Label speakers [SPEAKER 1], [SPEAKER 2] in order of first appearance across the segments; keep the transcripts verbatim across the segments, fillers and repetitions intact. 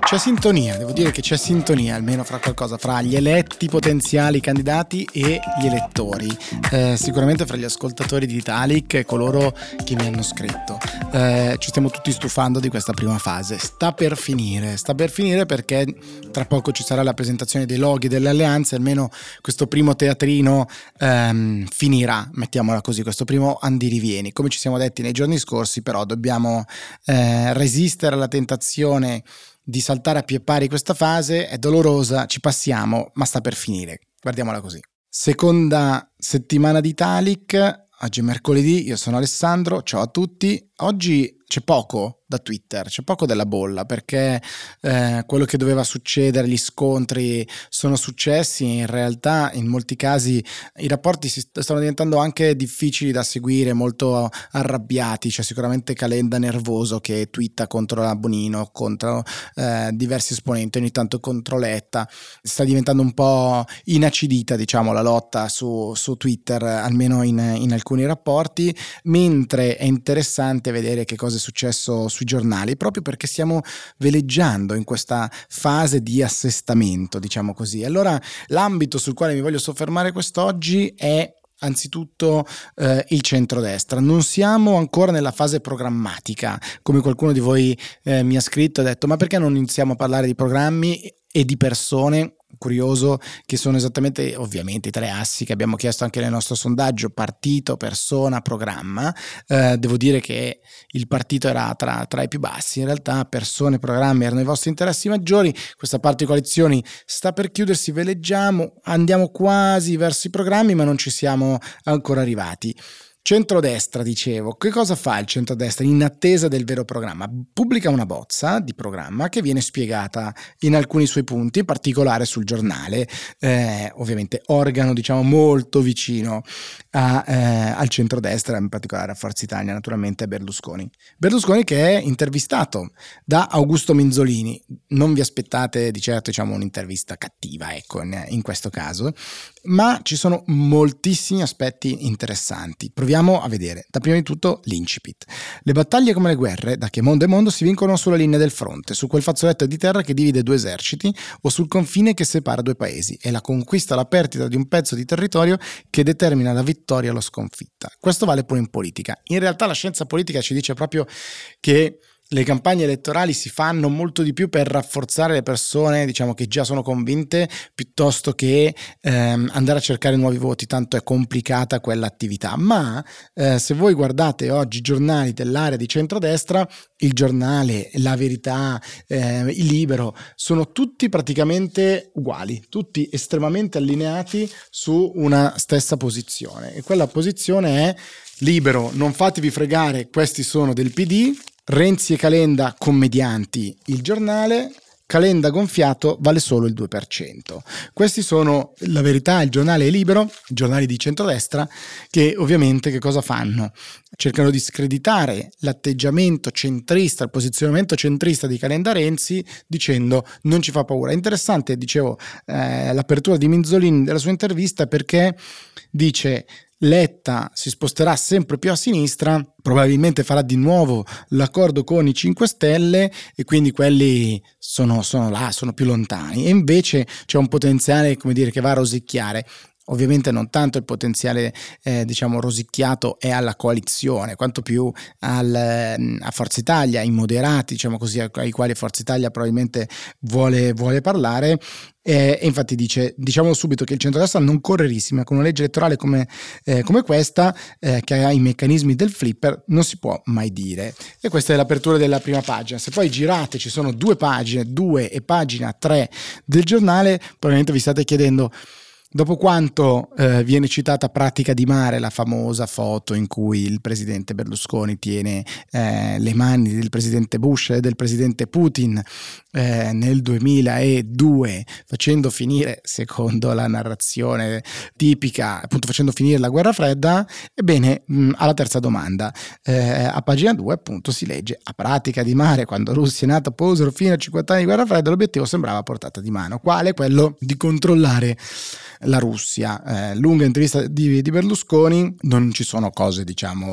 [SPEAKER 1] C'è sintonia, devo dire che c'è sintonia, almeno fra qualcosa, fra gli eletti potenziali candidati e gli elettori, eh, sicuramente fra gli ascoltatori di Italic e coloro che mi hanno scritto. Eh, ci stiamo tutti stufando di questa prima fase, sta per finire, sta per finire perché tra poco ci sarà la presentazione dei loghi delle alleanze, almeno questo primo teatrino ehm, finirà, mettiamola così, questo primo andirivieni. Come ci siamo detti nei giorni scorsi, però dobbiamo eh, resistere alla tentazione di saltare a piè pari questa fase, è dolorosa, ci passiamo, ma sta per finire. Guardiamola così. Seconda settimana di Italic, oggi è mercoledì, io sono Alessandro, ciao a tutti. Oggi c'è poco da Twitter, c'è poco della bolla, perché eh, quello che doveva succedere, gli scontri sono successi, in realtà in molti casi i rapporti si st- stanno diventando anche difficili da seguire, molto arrabbiati. C'è sicuramente Calenda nervoso che twitta contro la Bonino, contro eh, diversi esponenti, ogni tanto contro Letta. Sta diventando un po' inacidita, diciamo, la lotta su, su Twitter, almeno in, in alcuni rapporti, mentre è interessante vedere che cosa è successo sui giornali, proprio perché stiamo veleggiando in questa fase di assestamento, diciamo così. Allora, l'ambito sul quale mi voglio soffermare quest'oggi è anzitutto eh, il centrodestra. Non siamo ancora nella fase programmatica, come qualcuno di voi eh, mi ha scritto e ha detto: ma perché non iniziamo a parlare di programmi e di persone? Curioso, che sono esattamente, ovviamente, i tre assi che abbiamo chiesto anche nel nostro sondaggio: partito, persona, programma. Eh, devo dire che il partito era tra, tra i più bassi, in realtà persone e programmi erano i vostri interessi maggiori. Questa parte di coalizioni sta per chiudersi, veleggiamo, andiamo quasi verso i programmi, ma non ci siamo ancora arrivati. Centrodestra, dicevo, che cosa fa il centrodestra in attesa del vero programma? Pubblica una bozza di programma che viene spiegata in alcuni suoi punti, in particolare sul Giornale, eh, ovviamente organo, diciamo, molto vicino a, eh, al centrodestra, in particolare a Forza Italia, naturalmente a Berlusconi. Berlusconi che è intervistato da Augusto Minzolini. Non vi aspettate di certo, diciamo, un'intervista cattiva, ecco, in, in questo caso, ma ci sono moltissimi aspetti interessanti. Proviamo a vedere. Da prima di tutto l'incipit. Le battaglie come le guerre, da che mondo è mondo, si vincono sulla linea del fronte, su quel fazzoletto di terra che divide due eserciti o sul confine che separa due paesi. È la conquista, la perdita di un pezzo di territorio che determina la vittoria o la sconfitta. Questo vale pure in politica. In realtà la scienza politica ci dice proprio che le campagne elettorali si fanno molto di più per rafforzare le persone, diciamo, che già sono convinte, piuttosto che ehm, andare a cercare nuovi voti, tanto è complicata quell'attività. Ma eh, se voi guardate oggi i giornali dell'area di centrodestra, il Giornale, La Verità, eh, il Libero, sono tutti praticamente uguali, tutti estremamente allineati su una stessa posizione, e quella posizione è: Libero, non fatevi fregare, questi sono del P D. Renzi e Calenda commedianti, il Giornale. Calenda gonfiato, vale solo il due per cento. Questi sono La Verità, il Giornale e Libero, giornali di centrodestra, che ovviamente che cosa fanno? Cercano di screditare l'atteggiamento centrista, il posizionamento centrista di Calenda Renzi, dicendo: non ci fa paura. È interessante, dicevo, eh, l'apertura di Minzolini della sua intervista, perché dice: Letta si sposterà sempre più a sinistra, probabilmente farà di nuovo l'accordo con i cinque Stelle e quindi quelli sono, sono là, sono più lontani, e invece c'è un potenziale, come dire, che va a rosicchiare. Ovviamente non tanto il potenziale eh, diciamo rosicchiato è alla coalizione, quanto più al, a Forza Italia, ai moderati, diciamo così, ai quali Forza Italia probabilmente vuole, vuole parlare. E infatti dice, diciamo subito, che il centrodestra non corre rischi, ma con una legge elettorale come, eh, come questa, eh, che ha i meccanismi del flipper, non si può mai dire. E questa è l'apertura della prima pagina. Se poi girate, ci sono due pagine, due e pagina tre del Giornale, probabilmente vi state chiedendo: dopo quanto eh, viene citata Pratica di Mare, la famosa foto in cui il presidente Berlusconi tiene eh, le mani del presidente Bush e del presidente Putin eh, nel duemiladue, facendo finire, secondo la narrazione tipica, appunto facendo finire la guerra fredda? Ebbene, mh, alla terza domanda, eh, a pagina due appunto si legge: a Pratica di Mare, quando Russia e NATO posero fino a cinquanta anni di guerra fredda, l'obiettivo sembrava a portata di mano. Quale? Quello di controllare la Russia. Eh, lunga intervista di, di Berlusconi, non ci sono cose, diciamo,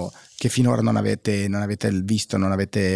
[SPEAKER 1] che finora non avete, non avete visto, non avete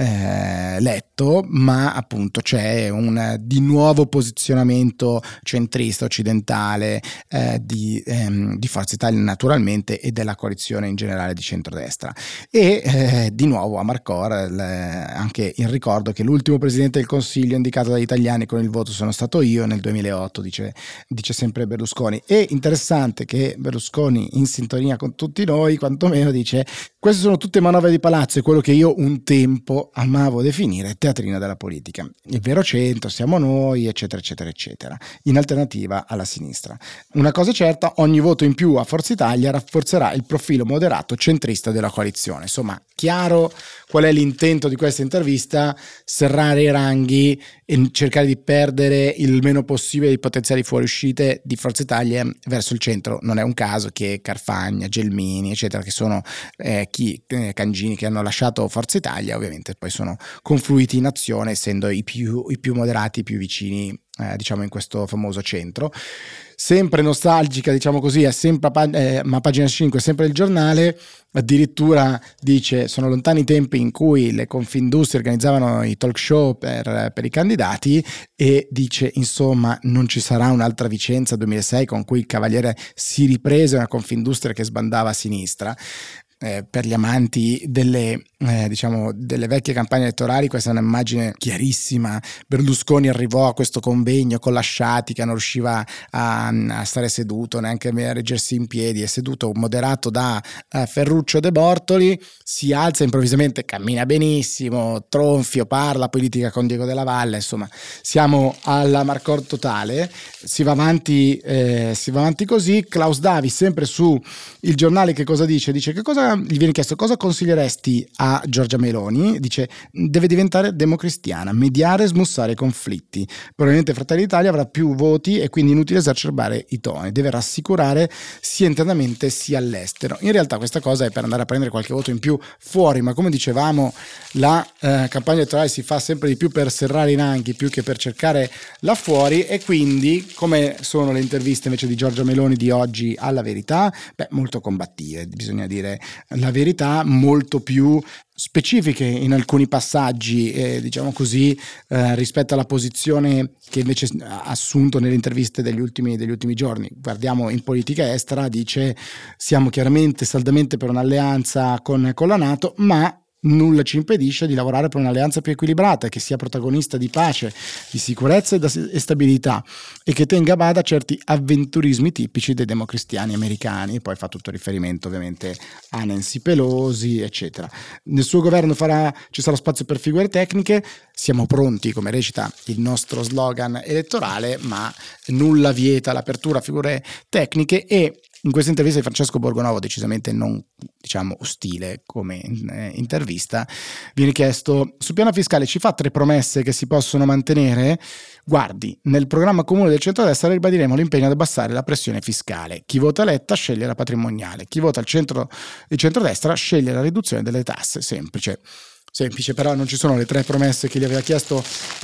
[SPEAKER 1] eh, letto, ma appunto c'è un di nuovo posizionamento centrista occidentale eh, di, ehm, di Forza Italia naturalmente e della coalizione in generale di centrodestra. E eh, di nuovo a Marcor le, anche il ricordo che l'ultimo presidente del Consiglio indicato dagli italiani con il voto sono stato io nel duemilaotto, dice, dice sempre Berlusconi. E interessante che Berlusconi, in sintonia con tutti noi, quantomeno dice: queste sono tutte manovre di palazzo e quello che io un tempo amavo definire teatrino della politica. Il vero centro siamo noi, eccetera eccetera eccetera, in alternativa alla sinistra. Una cosa è certa: ogni voto in più a Forza Italia rafforzerà il profilo moderato centrista della coalizione. Insomma, chiaro qual è l'intento di questa intervista: serrare i ranghi e cercare di perdere il meno possibile di potenziali fuoriuscite di Forza Italia verso il centro. Non è un caso che Carfagna, Gelmini, eccetera, che sono eh, chi, eh, Cangini, che hanno lasciato Forza Italia, ovviamente poi sono confluiti in azione, essendo i più, i più moderati, i più vicini, eh, diciamo, in questo famoso centro. Sempre nostalgica, diciamo così, è sempre a, eh, ma pagina cinque, sempre il giornale, addirittura dice: sono lontani i tempi in cui le Confindustrie organizzavano i talk show per, per i candidati, e dice insomma non ci sarà un'altra Vicenza duemilasei con cui il Cavaliere si riprese una Confindustria che sbandava a sinistra. Eh, per gli amanti delle, eh, diciamo, delle vecchie campagne elettorali questa è un'immagine chiarissima. Berlusconi arrivò a questo convegno con la sciatica, non riusciva a, a stare seduto, neanche a reggersi in piedi, è seduto moderato da uh, Ferruccio De Bortoli, si alza improvvisamente, cammina benissimo, tronfio, parla politica con Diego Della Valle, insomma siamo alla Marcor totale. Si va avanti, eh, si va avanti così. Klaus Davis, sempre su Il Giornale, che cosa dice? Dice che cosa gli viene chiesto: cosa consiglieresti a Giorgia Meloni? Dice: deve diventare democristiana, mediare e smussare i conflitti. Probabilmente Fratelli d'Italia avrà più voti e quindi inutile esacerbare i toni, deve rassicurare sia internamente sia all'estero. In realtà questa cosa è per andare a prendere qualche voto in più fuori, ma come dicevamo la eh, campagna elettorale si fa sempre di più per serrare i ranghi più che per cercare là fuori. E quindi come sono le interviste invece di Giorgia Meloni di oggi alla Verità? Beh, molto combattive, bisogna dire la verità, molto più specifiche in alcuni passaggi, eh, diciamo così, eh, rispetto alla posizione che invece ha assunto nelle interviste degli ultimi, degli ultimi giorni. Guardiamo in politica estera, dice: siamo chiaramente saldamente per un'alleanza con, con la NATO, ma nulla ci impedisce di lavorare per un'alleanza più equilibrata, che sia protagonista di pace, di sicurezza e, da, e stabilità, e che tenga a bada certi avventurismi tipici dei democristiani americani. E poi fa tutto riferimento ovviamente a Nancy Pelosi, eccetera. Nel suo governo farà, ci sarà spazio per figure tecniche, siamo pronti, come recita il nostro slogan elettorale, ma nulla vieta l'apertura a figure tecniche. E in questa intervista di Francesco Borgonovo, decisamente non, diciamo, ostile come eh, intervista, viene chiesto: sul piano fiscale ci fa tre promesse che si possono mantenere? Guardi, nel programma comune del centrodestra ribadiremo l'impegno ad abbassare la pressione fiscale. Chi vota Letta sceglie la patrimoniale, chi vota il centro, il centrodestra sceglie la riduzione delle tasse. Semplice. Semplice, però non ci sono le tre promesse che gli aveva chiesto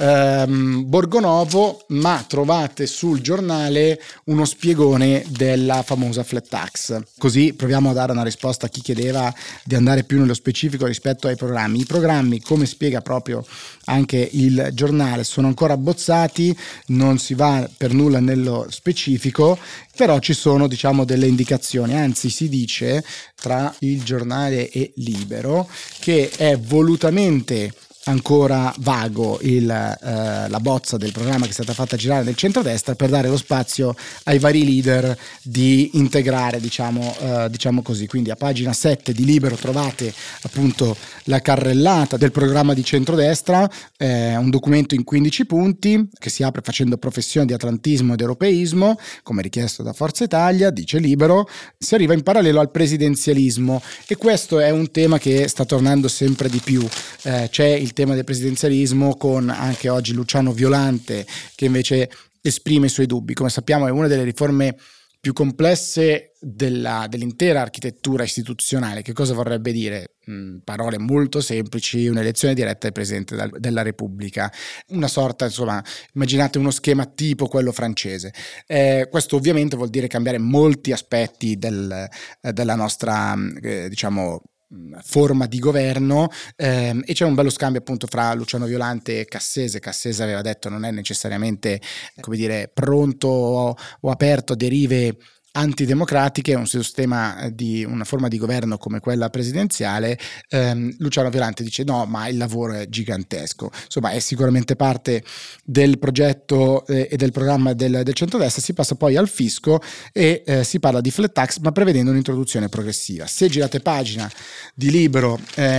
[SPEAKER 1] ehm, Borgonovo, ma trovate sul giornale uno spiegone della famosa flat tax. Così proviamo a dare una risposta a chi chiedeva di andare più nello specifico rispetto ai programmi. I programmi, come spiega proprio anche il giornale, sono ancora abbozzati, non si va per nulla nello specifico, però ci sono, diciamo, delle indicazioni. Anzi, si dice tra il giornale e Libero che è volutamente ancora vago il, eh, la bozza del programma che è stata fatta girare nel centrodestra, per dare lo spazio ai vari leader di integrare, diciamo, eh, diciamo così. Quindi a pagina sette di Libero trovate appunto la carrellata del programma di centrodestra, eh, un documento in quindici punti che si apre facendo professione di atlantismo ed europeismo, come richiesto da Forza Italia, dice Libero. Si arriva in parallelo al presidenzialismo, e questo è un tema che sta tornando sempre di più. Eh, c'è il tema del presidenzialismo, con anche oggi Luciano Violante che invece esprime i suoi dubbi. Come sappiamo è una delle riforme più complesse della, dell'intera architettura istituzionale. Che cosa vorrebbe dire? Mm, parole molto semplici: un'elezione diretta del Presidente dal, della Repubblica, una sorta, insomma, immaginate uno schema tipo quello francese. Eh, questo ovviamente vuol dire cambiare molti aspetti del, eh, della nostra, eh, diciamo, forma di governo, ehm, e c'è un bello scambio appunto fra Luciano Violante e Cassese. Cassese aveva detto non è necessariamente, come dire, pronto o, o aperto a derive antidemocratiche, un sistema di una forma di governo come quella presidenziale. ehm, Luciano Violante dice no, ma il lavoro è gigantesco. Insomma, è sicuramente parte del progetto eh, e del programma del, del centrodestra. Si passa poi al fisco e eh, si parla di flat tax, ma prevedendo un'introduzione progressiva. Se girate pagina di Libero,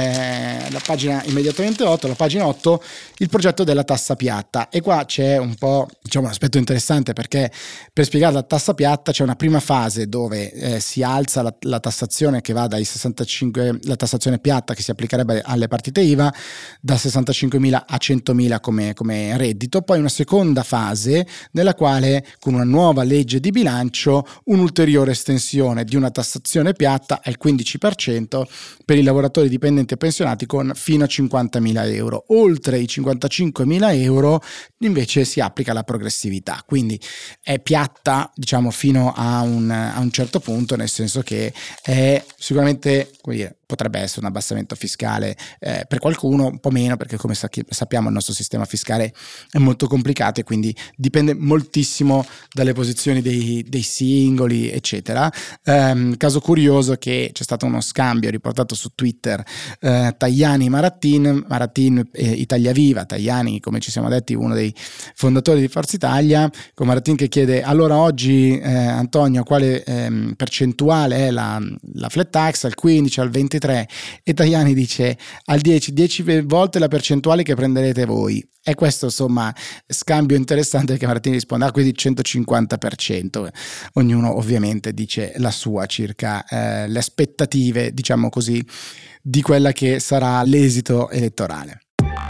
[SPEAKER 1] eh, la pagina immediatamente otto, la pagina otto, il progetto della tassa piatta, e qua c'è un po', diciamo, un aspetto interessante, perché per spiegare la tassa piatta c'è una prima fase dove eh, si alza la, la tassazione che va dai sessantacinque, la tassazione piatta che si applicherebbe alle partite I V A da sessantacinquemila a centomila come, come reddito, poi una seconda fase nella quale con una nuova legge di bilancio un'ulteriore estensione di una tassazione piatta al quindici per cento per i lavoratori dipendenti e pensionati con fino a cinquantamila euro. Oltre i cinquantacinquemila euro invece si applica la progressività, quindi è piatta, diciamo, fino a un, a un certo punto, nel senso che è sicuramente, come dire, potrebbe essere un abbassamento fiscale eh, per qualcuno, un po' meno, perché come sa- sappiamo il nostro sistema fiscale è molto complicato e quindi dipende moltissimo dalle posizioni dei, dei singoli, eccetera. Um, caso curioso che c'è stato uno scambio riportato su Twitter, eh, Tajani-Marattin, Marattin eh, Italia Viva, Tajani, come ci siamo detti, uno dei fondatori di Forza Italia, con Marattin che chiede allora oggi eh, Antonio quale ehm, percentuale è la, la flat tax, al quindici, al ventitré, e Tajani dice al dieci, dieci volte la percentuale che prenderete voi. E questo, insomma, scambio interessante, perché Marattin risponde ah, quindi centocinquanta per cento. Ognuno ovviamente dice la sua circa eh, le aspettative, diciamo così, di quella che sarà l'esito elettorale.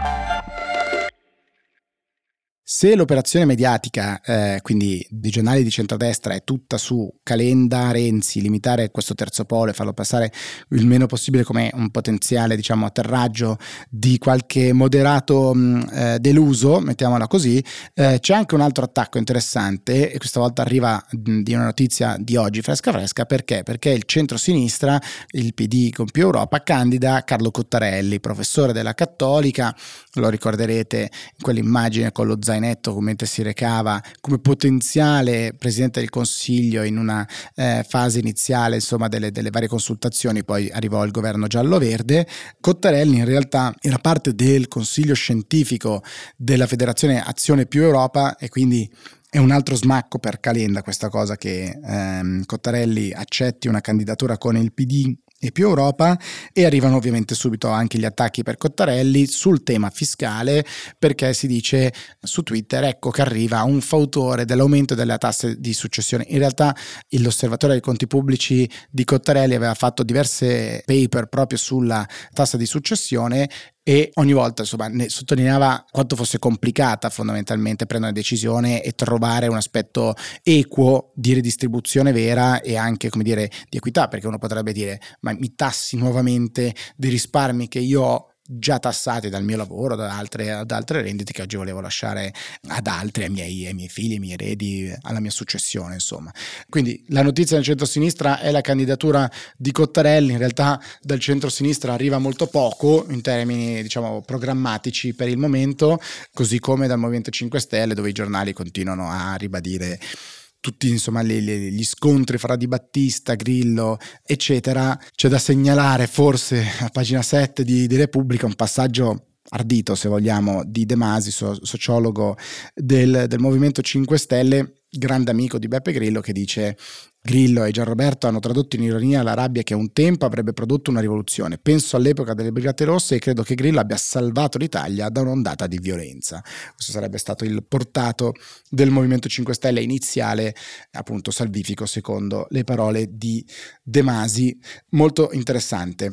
[SPEAKER 1] Se l'operazione mediatica, eh, quindi dei giornali di centrodestra, è tutta su Calenda, Renzi, limitare questo terzo polo e farlo passare il meno possibile come un potenziale, diciamo, atterraggio di qualche moderato mh, eh, deluso, mettiamola così, eh, c'è anche un altro attacco interessante, e questa volta arriva mh, di una notizia di oggi, fresca fresca. Perché? Perché il centro-sinistra, il P D con più Europa, candida Carlo Cottarelli, professore della Cattolica, lo ricorderete in quell'immagine con lo zaino mentre si recava come potenziale presidente del Consiglio in una eh, fase iniziale, insomma, delle, delle varie consultazioni. Poi arrivò il governo giallo-verde. Cottarelli in realtà era parte del consiglio scientifico della Federazione Azione Più Europa, e quindi è un altro smacco per Calenda questa cosa che ehm, Cottarelli accetti una candidatura con il P D e Più Europa. E arrivano ovviamente subito anche gli attacchi per Cottarelli sul tema fiscale, perché si dice su Twitter ecco che arriva un fautore dell'aumento delle tasse di successione. In realtà l'osservatore dei conti pubblici di Cottarelli aveva fatto diverse paper proprio sulla tassa di successione, e ogni volta, insomma, ne sottolineava quanto fosse complicata fondamentalmente prendere una decisione e trovare un aspetto equo di redistribuzione vera e anche, come dire, di equità, perché uno potrebbe dire ma mi tassi nuovamente dei risparmi che io ho già tassati dal mio lavoro, da altre, da altre rendite che oggi volevo lasciare ad altri, ai miei, ai miei figli, ai miei eredi, alla mia successione, insomma. Quindi la notizia del centro-sinistra è la candidatura di Cottarelli. In realtà dal centro-sinistra arriva molto poco in termini, diciamo, programmatici per il momento, così come dal Movimento cinque Stelle, dove i giornali continuano a ribadire tutti, insomma, le, le, gli scontri fra Di Battista, Grillo, eccetera. C'è da segnalare forse a pagina sette di, di Repubblica un passaggio ardito, se vogliamo, di De Masi, so, sociologo del, del Movimento cinque Stelle, grande amico di Beppe Grillo, che dice Grillo e Gianroberto hanno tradotto in ironia la rabbia che un tempo avrebbe prodotto una rivoluzione. Penso all'epoca delle Brigate Rosse e credo che Grillo abbia salvato l'Italia da un'ondata di violenza. Questo sarebbe stato il portato del Movimento cinque Stelle iniziale, appunto salvifico secondo le parole di De Masi. Molto interessante.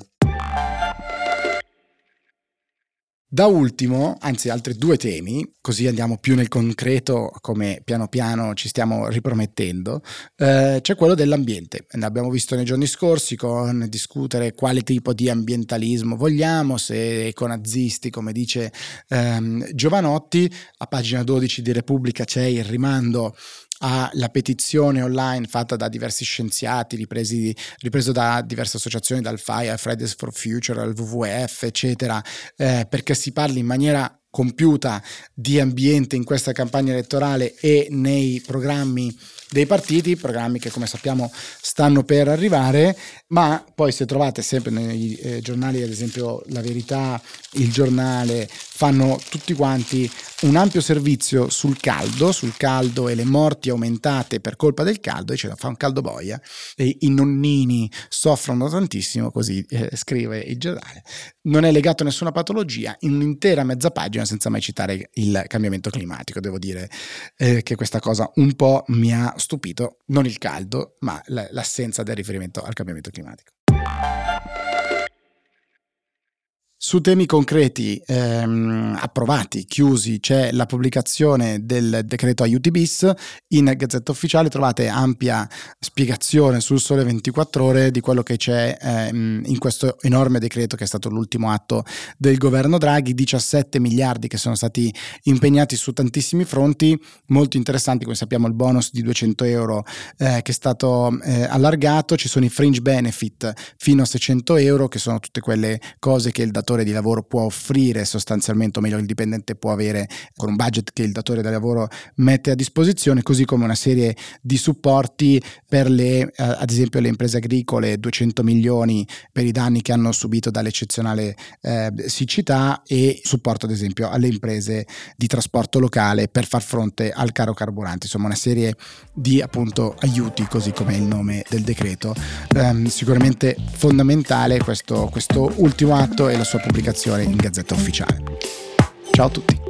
[SPEAKER 1] Da ultimo, anzi altri due temi, così andiamo più nel concreto, come piano piano ci stiamo ripromettendo, eh, c'è quello dell'ambiente. L'abbiamo visto nei giorni scorsi con discutere quale tipo di ambientalismo vogliamo, se econazisti, come dice ehm, Giovanotti. A pagina dodici di Repubblica c'è il rimando alla petizione online fatta da diversi scienziati, ripresi, ripreso da diverse associazioni, dal F I A, Fridays for Future, al W W F, eccetera, eh, perché si parli in maniera compiuta di ambiente in questa campagna elettorale e nei programmi dei partiti, programmi che come sappiamo stanno per arrivare, ma poi se trovate sempre nei eh, giornali, ad esempio La Verità, Il Giornale, fanno tutti quanti un ampio servizio sul caldo, sul caldo e le morti aumentate per colpa del caldo, e cioè fa un caldo boia e i nonnini soffrono tantissimo, così eh, scrive il giornale. Non è legato a nessuna patologia, in un'intera mezza pagina senza mai citare il cambiamento climatico. Devo dire eh, che questa cosa un po' mi ha stupito, non il caldo, ma l- l'assenza del riferimento al cambiamento climatico. Su temi concreti ehm, approvati, chiusi, c'è la pubblicazione del decreto aiuti bis. In Gazzetta Ufficiale trovate ampia spiegazione sul Sole ventiquattro Ore di quello che c'è ehm, in questo enorme decreto che è stato l'ultimo atto del governo Draghi, diciassette miliardi che sono stati impegnati su tantissimi fronti, molto interessanti. Come sappiamo il bonus di duecento euro eh, che è stato eh, allargato, ci sono i fringe benefit fino a seicento euro, che sono tutte quelle cose che il datore di lavoro può offrire sostanzialmente, o meglio il dipendente può avere con un budget che il datore di lavoro mette a disposizione, così come una serie di supporti per le eh, ad esempio le imprese agricole, duecento milioni per i danni che hanno subito dall'eccezionale eh, siccità, e supporto ad esempio alle imprese di trasporto locale per far fronte al caro carburante. Insomma, una serie di appunto aiuti, così come il nome del decreto. Um, sicuramente fondamentale questo, questo ultimo atto e la sua pubblicazione in Gazzetta Ufficiale. Ciao a tutti.